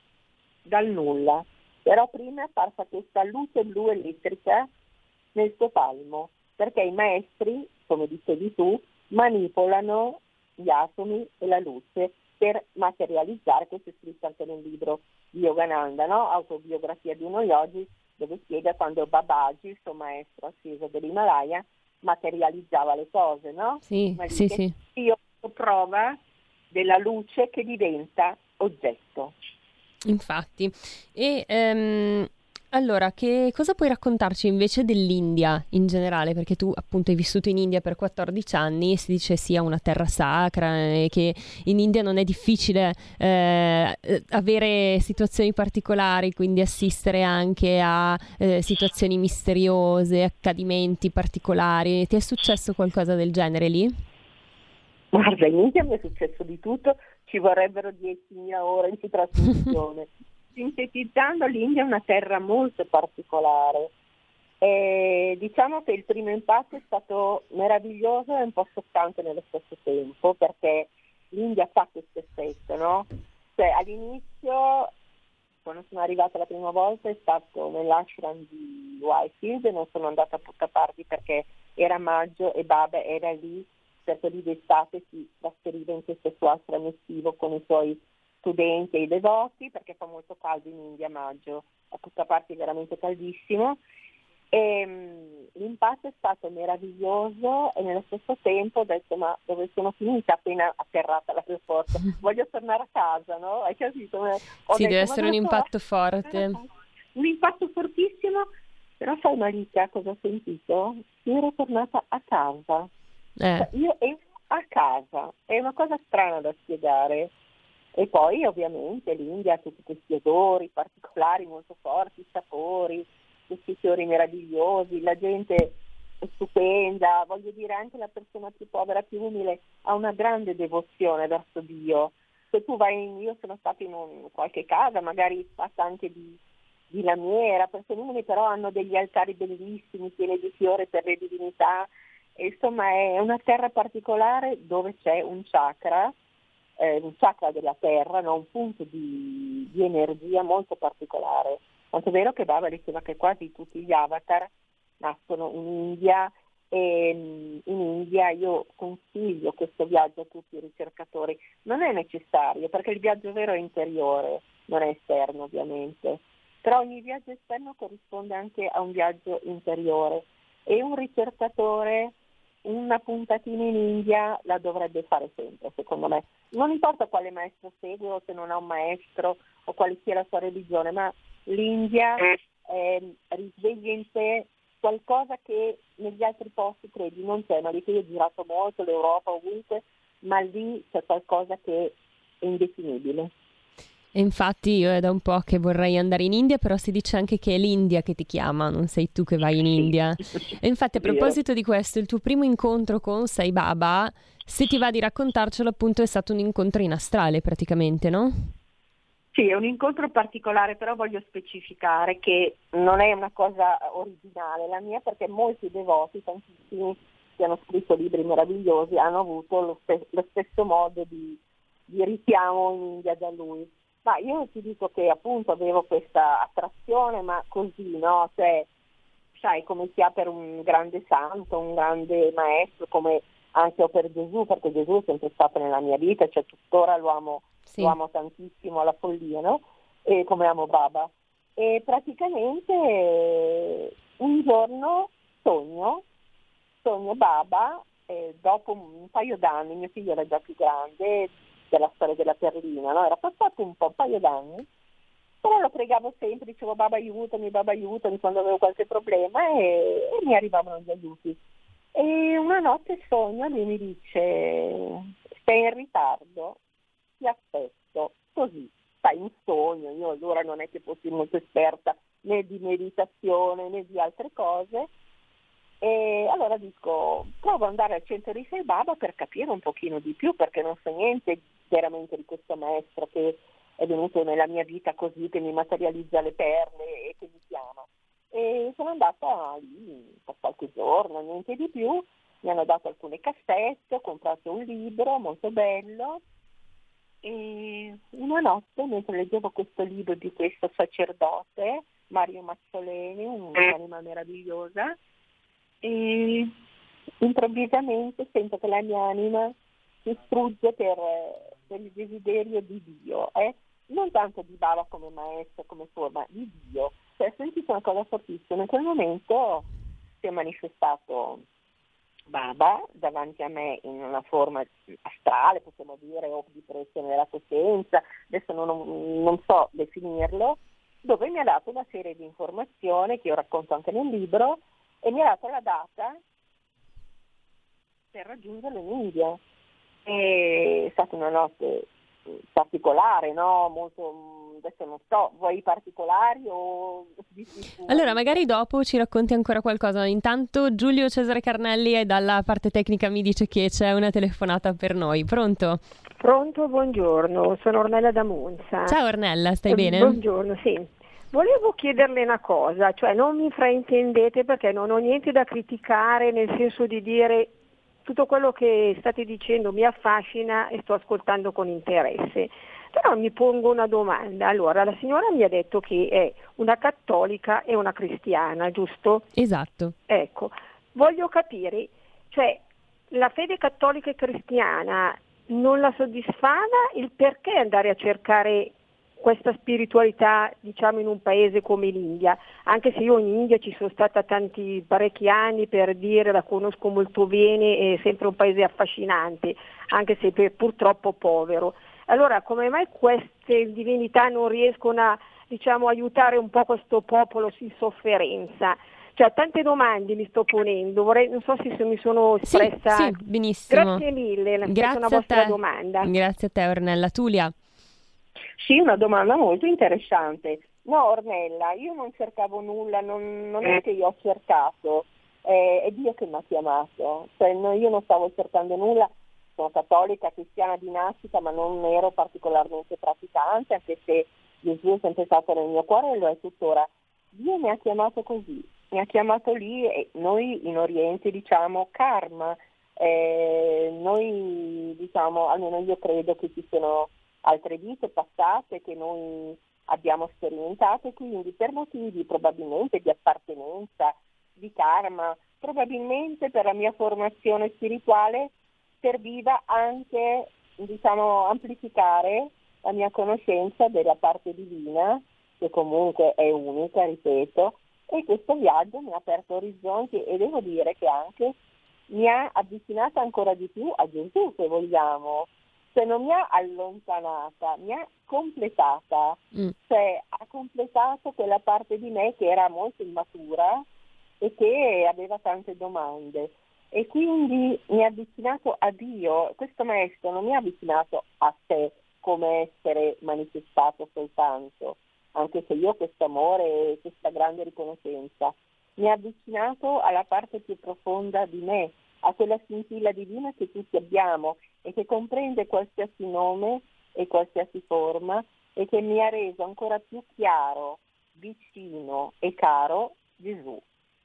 Speaker 3: dal nulla. Però prima è apparsa questa luce blu elettrica nel suo palmo, perché i maestri, come dicevi tu, manipolano gli atomi e la luce per materializzare. Questo è scritto anche nel libro di Yogananda, no? Autobiografia di uno yogi, dove spiega quando Babaji, il suo maestro asceso dell'Himalaya, materializzava le cose, no?
Speaker 2: Sì, sì.
Speaker 3: Io ho prova della luce che diventa oggetto.
Speaker 2: Infatti. E Allora, che cosa puoi raccontarci invece dell'India in generale? Perché tu appunto hai vissuto in India per 14 anni e si dice sia una terra sacra e che in India non è difficile avere situazioni particolari, quindi assistere anche a situazioni misteriose, accadimenti particolari. Ti è successo qualcosa del genere lì?
Speaker 3: Guarda, in India mi è successo di tutto, ci vorrebbero 10.000 ore di trasmissione. Sintetizzando, l'India è una terra molto particolare. Diciamo che il primo impatto è stato meraviglioso e un po' scioccante nello stesso tempo, perché l'India fa questo effetto, no? Cioè, all'inizio, quando sono arrivata la prima volta, è stato nell'ashram di Whitefield e non sono andata a Puttaparthi perché era maggio e Baba era lì, per periodo d'estate si trasferiva in questo suo ashram estivo con i suoi studenti e i devoti, perché fa molto caldo in India a maggio, a Puttaparthi è veramente caldissimo. L'impatto è stato meraviglioso e nello stesso tempo ho detto: ma dove sono finita appena atterrata all'aeroporto? Voglio tornare a casa, no? Hai capito?
Speaker 2: Sì, deve essere un impatto forte.
Speaker 3: Un impatto fortissimo, però sai Malika cosa ho sentito? Io ero tornata a casa. Cioè, io ero a casa, è una cosa strana da spiegare. E poi ovviamente l'India ha tutti questi odori particolari molto forti, sapori, questi fiori meravigliosi, la gente è stupenda, voglio dire anche la persona più povera, più umile ha una grande devozione verso Dio. Se tu io sono stata in qualche casa, magari fatta anche di lamiera, persone umili però hanno degli altari bellissimi, pieni di fiori per le divinità, e insomma è una terra particolare dove c'è un chakra della terra, no? Un punto di energia molto particolare. Tanto è vero che Baba diceva che quasi tutti gli avatar nascono in India, e in India io consiglio questo viaggio a tutti i ricercatori. Non è necessario, perché il viaggio vero è interiore, non è esterno ovviamente, però ogni viaggio esterno corrisponde anche a un viaggio interiore, e un ricercatore una puntatina in India la dovrebbe fare sempre, secondo me. Non importa quale maestro segue o se non ha un maestro o quale sia la sua religione, ma l'India risveglia in te qualcosa che negli altri posti credi non c'è. Ma lì che io ho girato molto l'Europa, ovunque, ma lì c'è qualcosa che è indefinibile.
Speaker 2: E infatti io è da un po' che vorrei andare in India, però si dice anche che è l'India che ti chiama, non sei tu che vai in India. E infatti a proposito di questo, il tuo primo incontro con Sai Baba, se ti va di raccontarcelo, appunto è stato un incontro in astrale praticamente, no?
Speaker 3: Sì, è un incontro particolare, però voglio specificare che non è una cosa originale la mia, perché molti devoti, tantissimi che hanno scritto libri meravigliosi, hanno avuto lo stesso modo di richiamo in India da lui. Ma io ti dico che appunto avevo questa attrazione, ma così, no? Cioè, sai, come si ha per un grande santo, un grande maestro, come anche ho per Gesù, perché Gesù è sempre stato nella mia vita, cioè tuttora lo amo tantissimo alla follia, no? E come amo Baba. E praticamente un giorno sogno Baba, dopo un paio d'anni, mio figlio era già più grande, della storia della perlina, no? Era passato un paio d'anni, però lo pregavo sempre, dicevo Baba aiutami quando avevo qualche problema, e mi arrivavano gli aiuti. E una notte sogno, lui mi dice: sei in ritardo, ti aspetto, così, sai, un sogno. Io allora non è che fossi molto esperta né di meditazione né di altre cose, e allora dico provo ad andare al centro di Sai Baba per capire un pochino di più, perché non so niente veramente di questo maestro che è venuto nella mia vita così, che mi materializza le perle e che mi chiama. E sono andata lì per qualche giorno, niente di più, mi hanno dato alcune cassette, ho comprato un libro molto bello, e una notte, mentre leggevo questo libro di questo sacerdote, Mario Mazzoleni, un'anima meravigliosa, e improvvisamente sento che la mia anima si strugge per il desiderio di Dio, non tanto di Baba come maestro, come forma, di Dio. Cioè, ho sentito una cosa fortissima. In quel momento si è manifestato Baba davanti a me in una forma astrale, possiamo dire, o di proiezione della coscienza, adesso non so definirlo, dove mi ha dato una serie di informazioni che io racconto anche nel libro e mi ha dato la data per raggiungerlo in India. È stata una notte particolare, no? Molto, adesso non so, vuoi i particolari o...
Speaker 2: Allora, magari dopo ci racconti ancora qualcosa. Intanto Giulio Cesare Carnelli dalla parte tecnica mi dice che c'è una telefonata per noi. Pronto?
Speaker 7: Pronto, buongiorno, sono Ornella da Monza.
Speaker 2: Ciao Ornella, stai bene?
Speaker 7: Buongiorno, sì. Volevo chiederle una cosa, cioè non mi fraintendete perché non ho niente da criticare, nel senso di dire tutto quello che state dicendo mi affascina e sto ascoltando con interesse. Però mi pongo una domanda. Allora, la signora mi ha detto che è una cattolica e una cristiana, giusto?
Speaker 2: Esatto.
Speaker 7: Ecco, voglio capire, cioè la fede cattolica e cristiana non la soddisfava, il perché andare a cercare questa spiritualità, diciamo, in un paese come l'India, anche se io in India ci sono stata parecchi anni, per dire, la conosco molto bene, è sempre un paese affascinante, anche se purtroppo povero. Allora, come mai queste divinità non riescono a, diciamo, aiutare un po' questo popolo in sofferenza? Cioè, tante domande mi sto ponendo, non so se mi sono espressa.
Speaker 2: Sì, benissimo.
Speaker 7: Grazie mille,
Speaker 2: grazie
Speaker 7: una vostra domanda.
Speaker 2: Grazie a te Ornella. Tulia?
Speaker 3: Sì, una domanda molto interessante. No, Ornella, io non cercavo nulla, non è che io ho cercato, è Dio che mi ha chiamato. Cioè, io non stavo cercando nulla, sono cattolica, cristiana di nascita, ma non ero particolarmente praticante, anche se Gesù è sempre stato nel mio cuore e lo è tuttora. Dio mi ha chiamato così, mi ha chiamato lì, e noi in Oriente diciamo karma, noi diciamo, almeno io credo che ci sono altre vite passate che noi abbiamo sperimentato, quindi per motivi probabilmente di appartenenza, di karma, probabilmente per la mia formazione spirituale serviva anche, diciamo, amplificare la mia conoscenza della parte divina, che comunque è unica, ripeto, e questo viaggio mi ha aperto orizzonti e devo dire che anche mi ha avvicinata ancora di più a Gesù, se vogliamo. Cioè non mi ha allontanata, mi ha completata, cioè ha completato quella parte di me che era molto immatura e che aveva tante domande, e quindi mi ha avvicinato a Dio. Questo maestro non mi ha avvicinato a sé come essere manifestato soltanto, anche se io ho questo amore e questa grande riconoscenza, mi ha avvicinato alla parte più profonda di me, a quella scintilla divina che tutti abbiamo e che comprende qualsiasi nome e qualsiasi forma, e che mi ha reso ancora più chiaro, vicino e caro Gesù.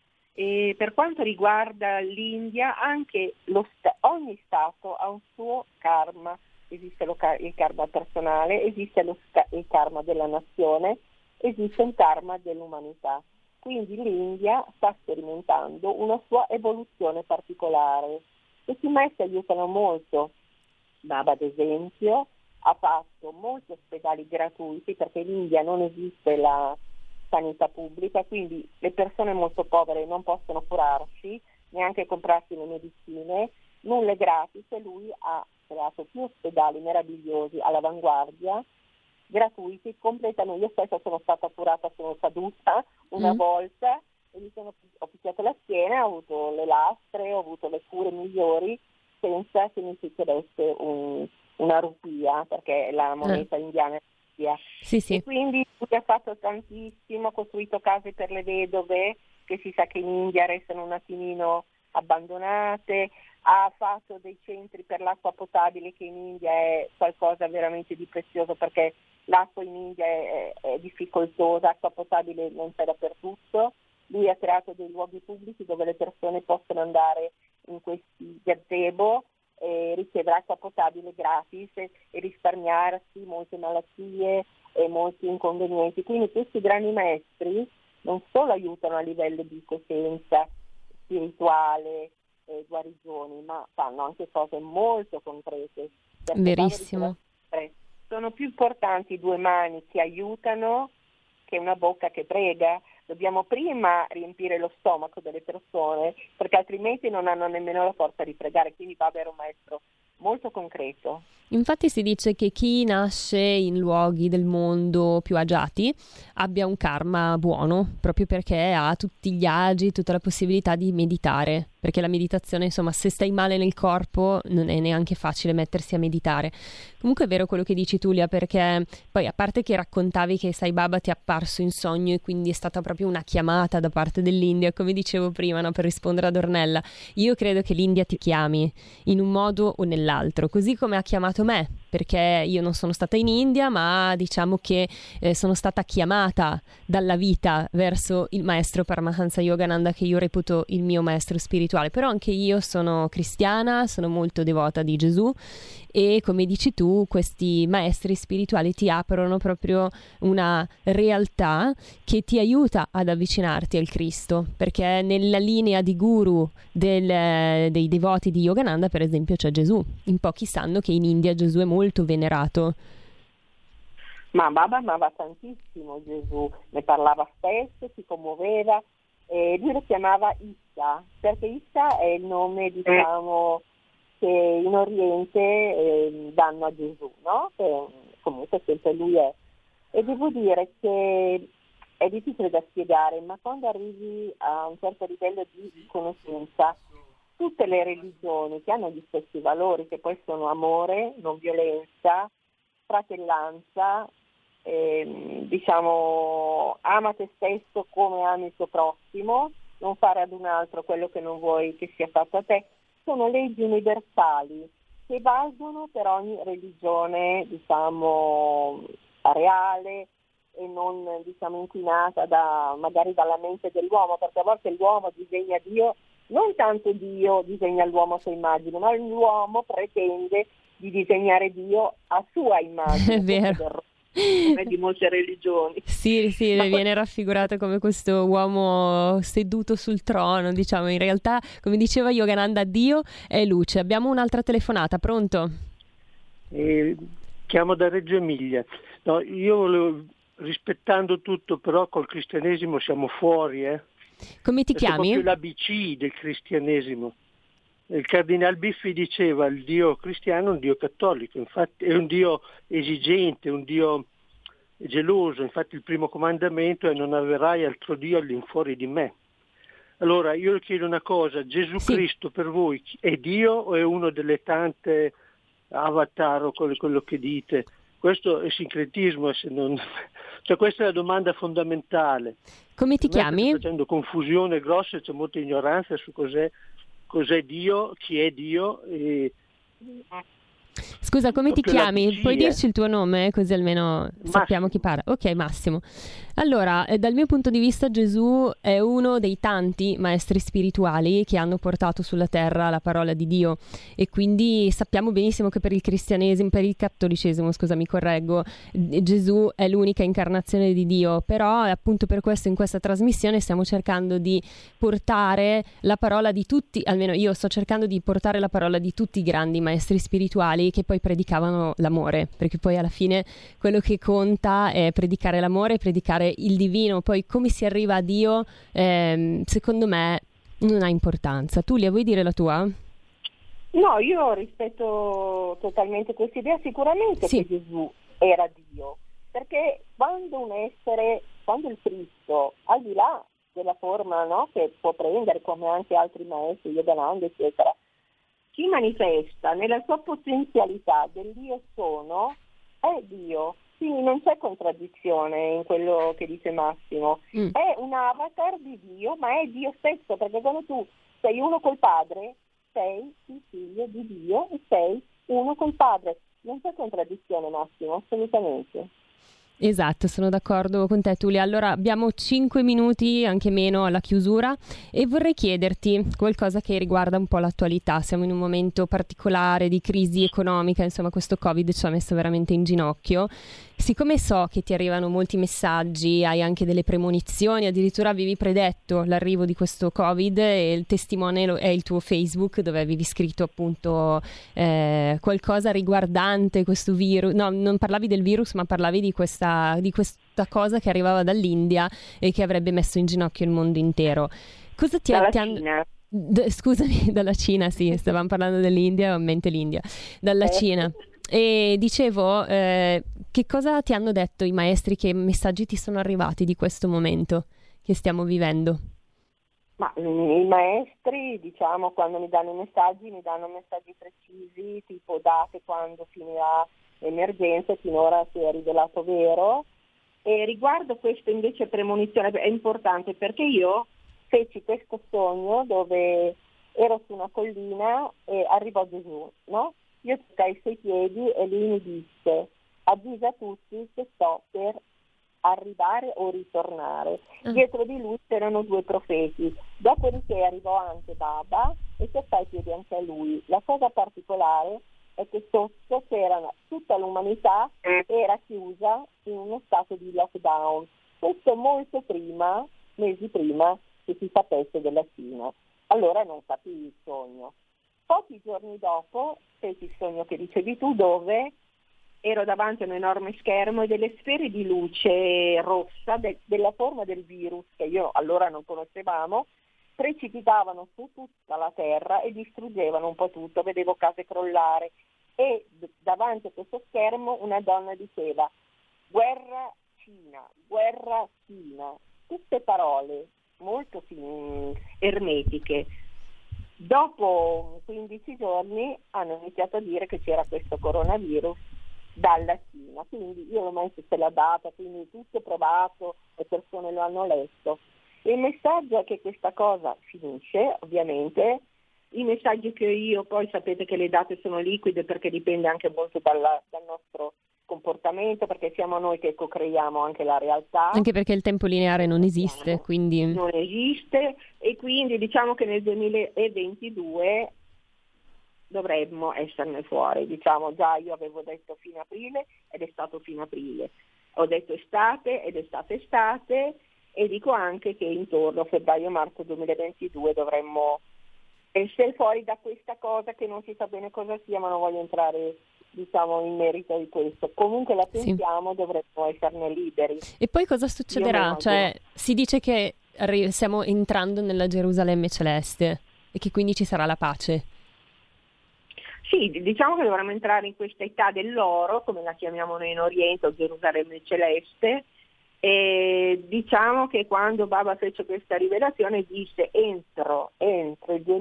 Speaker 3: E per quanto riguarda l'India, anche ogni Stato ha un suo karma. Esiste il karma personale, esiste il karma della nazione, esiste un karma dell'umanità. Quindi l'India sta sperimentando una sua evoluzione particolare. Questi maestri aiutano molto. Baba, ad esempio, ha fatto molti ospedali gratuiti, perché in India non esiste la sanità pubblica, quindi le persone molto povere non possono curarsi, neanche comprarsi le medicine, nulla è gratis, e lui ha creato più ospedali meravigliosi all'avanguardia, gratuiti, completamente. Io stessa sono stata curata, sono caduta una volta e ho picchiato la schiena, ho avuto le lastre, ho avuto le cure migliori senza che mi succedesse una rupia, perché la moneta indiana è rupia.
Speaker 2: Sì, sì.
Speaker 3: E quindi lui ha fatto tantissimo, ha costruito case per le vedove, che si sa che in India restano un attimino abbandonate, ha fatto dei centri per l'acqua potabile, che in India è qualcosa veramente di prezioso, perché l'acqua in India è difficoltosa, acqua potabile non c'è dappertutto. Lui ha creato dei luoghi pubblici dove le persone possono andare in questi gazebo e ricevere acqua potabile gratis e risparmiarsi molte malattie e molti inconvenienti. Quindi questi grandi maestri non solo aiutano a livello di coscienza spirituale, guarigioni, ma fanno anche cose molto concrete.
Speaker 2: Verissimo.
Speaker 3: Sono più importanti 2 mani che aiutano che una bocca che prega. Dobbiamo prima riempire lo stomaco delle persone, perché altrimenti non hanno nemmeno la forza di pregare. Quindi Baba era un maestro molto concreto.
Speaker 2: Infatti si dice che chi nasce in luoghi del mondo più agiati abbia un karma buono, proprio perché ha tutti gli agi, tutta la possibilità di meditare, perché la meditazione, insomma, se stai male nel corpo non è neanche facile mettersi a meditare. Comunque è vero quello che dici tu, Lia, perché poi, a parte che raccontavi che Sai Baba ti è apparso in sogno e quindi è stata proprio una chiamata da parte dell'India, come dicevo prima, no, per rispondere ad Ornella, io credo che l'India ti chiami in un modo o nell'altro, così come ha chiamato me, perché io non sono stata in India, ma diciamo che sono stata chiamata dalla vita verso il maestro Paramahansa Yogananda, che io reputo il mio maestro spirituale. Però anche io sono cristiana, sono molto devota di Gesù, e come dici tu, questi maestri spirituali ti aprono proprio una realtà che ti aiuta ad avvicinarti al Cristo, perché nella linea di guru dei devoti di Yogananda, per esempio, c'è Gesù. In pochi sanno che in India Gesù è molto venerato.
Speaker 3: Ma Baba amava tantissimo Gesù, ne parlava spesso, si commuoveva, e lui lo chiamava Issa, perché Issa è il nome, diciamo, che in Oriente danno a Gesù, no? Che comunque sempre lui è. E devo dire che è difficile da spiegare, ma quando arrivi a un certo livello di conoscenza, tutte le religioni che hanno gli stessi valori, che poi sono amore, non violenza, fratellanza, diciamo, ama te stesso come ami il tuo prossimo, non fare ad un altro quello che non vuoi che sia fatto a te, sono leggi universali che valgono per ogni religione, diciamo, reale e non, diciamo, inquinata magari dalla mente dell'uomo, perché a volte l'uomo disegna Dio, non tanto Dio disegna l'uomo a sua immagine, ma l'uomo pretende di disegnare Dio a sua immagine.
Speaker 2: È vero.
Speaker 3: Di molte religioni.
Speaker 2: Sì, viene raffigurato come questo uomo seduto sul trono, diciamo. In realtà, come diceva Yogananda, Dio è luce. Abbiamo un'altra telefonata, pronto?
Speaker 9: Chiamo da Reggio Emilia. No, io volevo, rispettando tutto, però col cristianesimo siamo fuori,
Speaker 2: Come ti chiami?
Speaker 9: È proprio l'ABC del cristianesimo. Il cardinal Biffi diceva: il Dio cristiano è un Dio cattolico, infatti è un Dio esigente, un Dio geloso, infatti il primo comandamento è: non avrai altro Dio all'infuori di me. Allora io le chiedo una cosa: Gesù Cristo per voi è Dio o è uno delle tante avatar o quello che dite? Questo è sincretismo, cioè questa è la domanda fondamentale.
Speaker 2: Come ti chiami?
Speaker 9: Sto facendo confusione grossa, c'è molta ignoranza su cos'è Dio, chi è Dio.
Speaker 2: Scusa, come ti chiami? Puoi dirci il tuo nome, così almeno sappiamo chi parla. Ok, Massimo. Allora, dal mio punto di vista Gesù è uno dei tanti maestri spirituali che hanno portato sulla terra la parola di Dio, e quindi sappiamo benissimo che per il cattolicesimo, mi correggo, Gesù è l'unica incarnazione di Dio, però appunto per questo in questa trasmissione stiamo cercando di portare la parola di tutti, almeno io sto cercando di portare la parola di tutti i grandi maestri spirituali che poi predicavano l'amore, perché poi alla fine quello che conta è predicare l'amore, predicare il divino. Poi come si arriva a Dio, secondo me non ha importanza. Tu, Lia, vuoi dire la tua?
Speaker 3: No, io rispetto totalmente questa idea, sicuramente che Gesù era Dio, perché quando il Cristo, al di là della forma, no, che può prendere, come anche altri maestri, Yogananda, eccetera, si manifesta nella sua potenzialità dell'io sono, è Dio. Quindi non c'è contraddizione in quello che dice Massimo. È un avatar di Dio, ma è Dio stesso, perché quando tu sei uno col Padre, sei il figlio di Dio e sei uno col Padre. Non c'è contraddizione, Massimo, assolutamente.
Speaker 2: Esatto, sono d'accordo con te, Tulia. Allora abbiamo 5 minuti, anche meno, alla chiusura, e vorrei chiederti qualcosa che riguarda un po' l'attualità. Siamo in un momento particolare di crisi economica, insomma questo Covid ci ha messo veramente in ginocchio. Siccome so che ti arrivano molti messaggi, hai anche delle premonizioni, addirittura avevi predetto l'arrivo di questo Covid, e il testimone è il tuo Facebook, dove avevi scritto appunto qualcosa riguardante questo virus. No, non parlavi del virus, ma parlavi di questa cosa che arrivava dall'India e che avrebbe messo in ginocchio il mondo intero. Cosa ti hanno... Scusami, dalla Cina, sì, stavamo parlando dell'India, ho in mente l'India, dalla Cina. E dicevo, che cosa ti hanno detto i maestri, che messaggi ti sono arrivati di questo momento che stiamo vivendo?
Speaker 3: Ma i maestri, diciamo, quando mi danno messaggi precisi, tipo date quando finirà l'emergenza, finora si è rivelato vero. E riguardo questo invece premonizione è importante, perché io feci questo sogno dove ero su una collina e arrivò Gesù, no? Io toccai i suoi piedi e lui mi disse: avvisa tutti che sto per arrivare o ritornare. Dietro di lui c'erano 2 profeti, dopodiché arrivò anche Baba e toccai i piedi anche a lui. La cosa particolare è che sotto c'era tutta l'umanità, era chiusa in uno stato di lockdown, questo molto prima, mesi prima che si sapesse della Cina. Allora non capii il sogno. Pochi giorni dopo feci il sogno che dicevi tu, dove ero davanti a un enorme schermo e delle sfere di luce rossa della forma del virus, che io allora non conoscevamo, precipitavano su tutta la terra e distruggevano un po' tutto, vedevo case crollare e davanti a questo schermo una donna diceva: guerra Cina, tutte parole molto ermetiche. Dopo 15 giorni hanno iniziato a dire che c'era questo coronavirus dalla Cina, quindi io l'ho messo la data, quindi tutto provato, le persone lo hanno letto. Il messaggio è che questa cosa finisce, ovviamente. I messaggi che ho io, poi sapete che le date sono liquide perché dipende anche molto dal nostro comportamento, perché siamo noi che co-creiamo anche la realtà.
Speaker 2: Anche perché il tempo lineare non esiste, quindi...
Speaker 3: Non esiste, e quindi diciamo che nel 2022 dovremmo esserne fuori. Diciamo, già io avevo detto fine aprile ed è stato fine aprile. Ho detto estate ed è stata estate, e dico anche che intorno a febbraio-marzo 2022 dovremmo essere fuori da questa cosa che non si sa bene cosa sia, ma non voglio entrare, diciamo, in merito di questo. Comunque la pensiamo, sì. Dovremmo esserne liberi.
Speaker 2: E poi cosa succederà? Cioè, si dice che stiamo entrando nella Gerusalemme celeste e che quindi ci sarà la pace.
Speaker 3: Sì, diciamo che dovremmo entrare in questa età dell'oro, come la chiamiamo noi in Oriente, o Gerusalemme celeste. E diciamo che quando Baba fece questa rivelazione disse entro il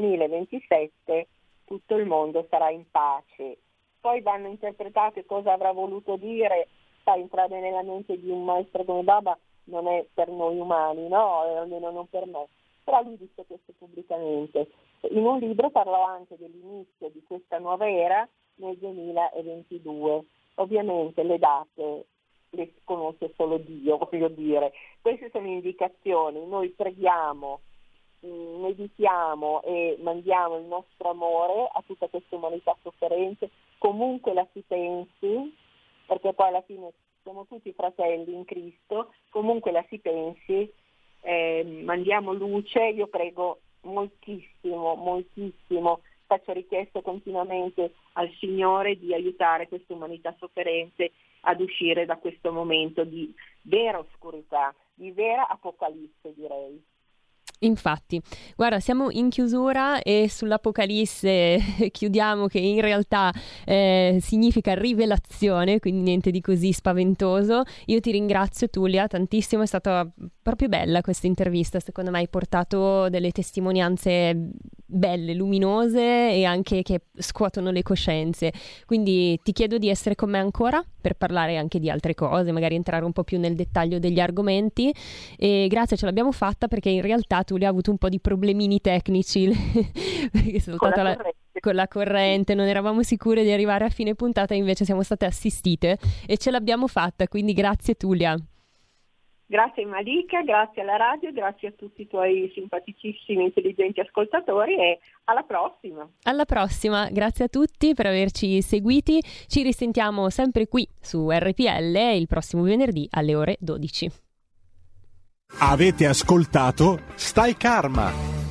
Speaker 3: 2027 tutto il mondo sarà in pace. Poi vanno interpretate cosa avrà voluto dire, entrare nella mente di un maestro come Baba non è per noi umani, no? Almeno non per me. Però lui disse questo pubblicamente. In un libro parlò anche dell'inizio di questa nuova era nel 2022. Ovviamente le date le conosce solo Dio, voglio dire. Queste sono indicazioni, noi preghiamo, meditiamo e mandiamo il nostro amore a tutta questa umanità sofferente, comunque la si pensi, perché poi alla fine siamo tutti fratelli in Cristo, comunque la si pensi, mandiamo luce. Io prego moltissimo, faccio richieste continuamente al Signore di aiutare questa umanità sofferente ad uscire da questo momento di vera oscurità, di vera apocalisse, direi.
Speaker 2: Infatti, guarda, siamo in chiusura e sull'Apocalisse chiudiamo che in realtà significa rivelazione, quindi niente di così spaventoso. Io ti ringrazio, Tullia, tantissimo, è stata proprio bella questa intervista, secondo me hai portato delle testimonianze belle, luminose e anche che scuotono le coscienze, quindi ti chiedo di essere con me ancora per parlare anche di altre cose, magari entrare un po' più nel dettaglio degli argomenti. E grazie, ce l'abbiamo fatta, perché in realtà Tullia ha avuto un po' di problemini tecnici perché è saltata con la corrente, non eravamo sicure di arrivare a fine puntata, invece siamo state assistite e ce l'abbiamo fatta, quindi grazie Tullia.
Speaker 3: Grazie Malika, grazie alla radio, grazie a tutti i tuoi simpaticissimi, intelligenti ascoltatori, e alla prossima.
Speaker 2: Alla prossima, grazie a tutti per averci seguiti, ci risentiamo sempre qui su RPL il prossimo venerdì alle ore 12.
Speaker 1: Avete ascoltato Stai Karma.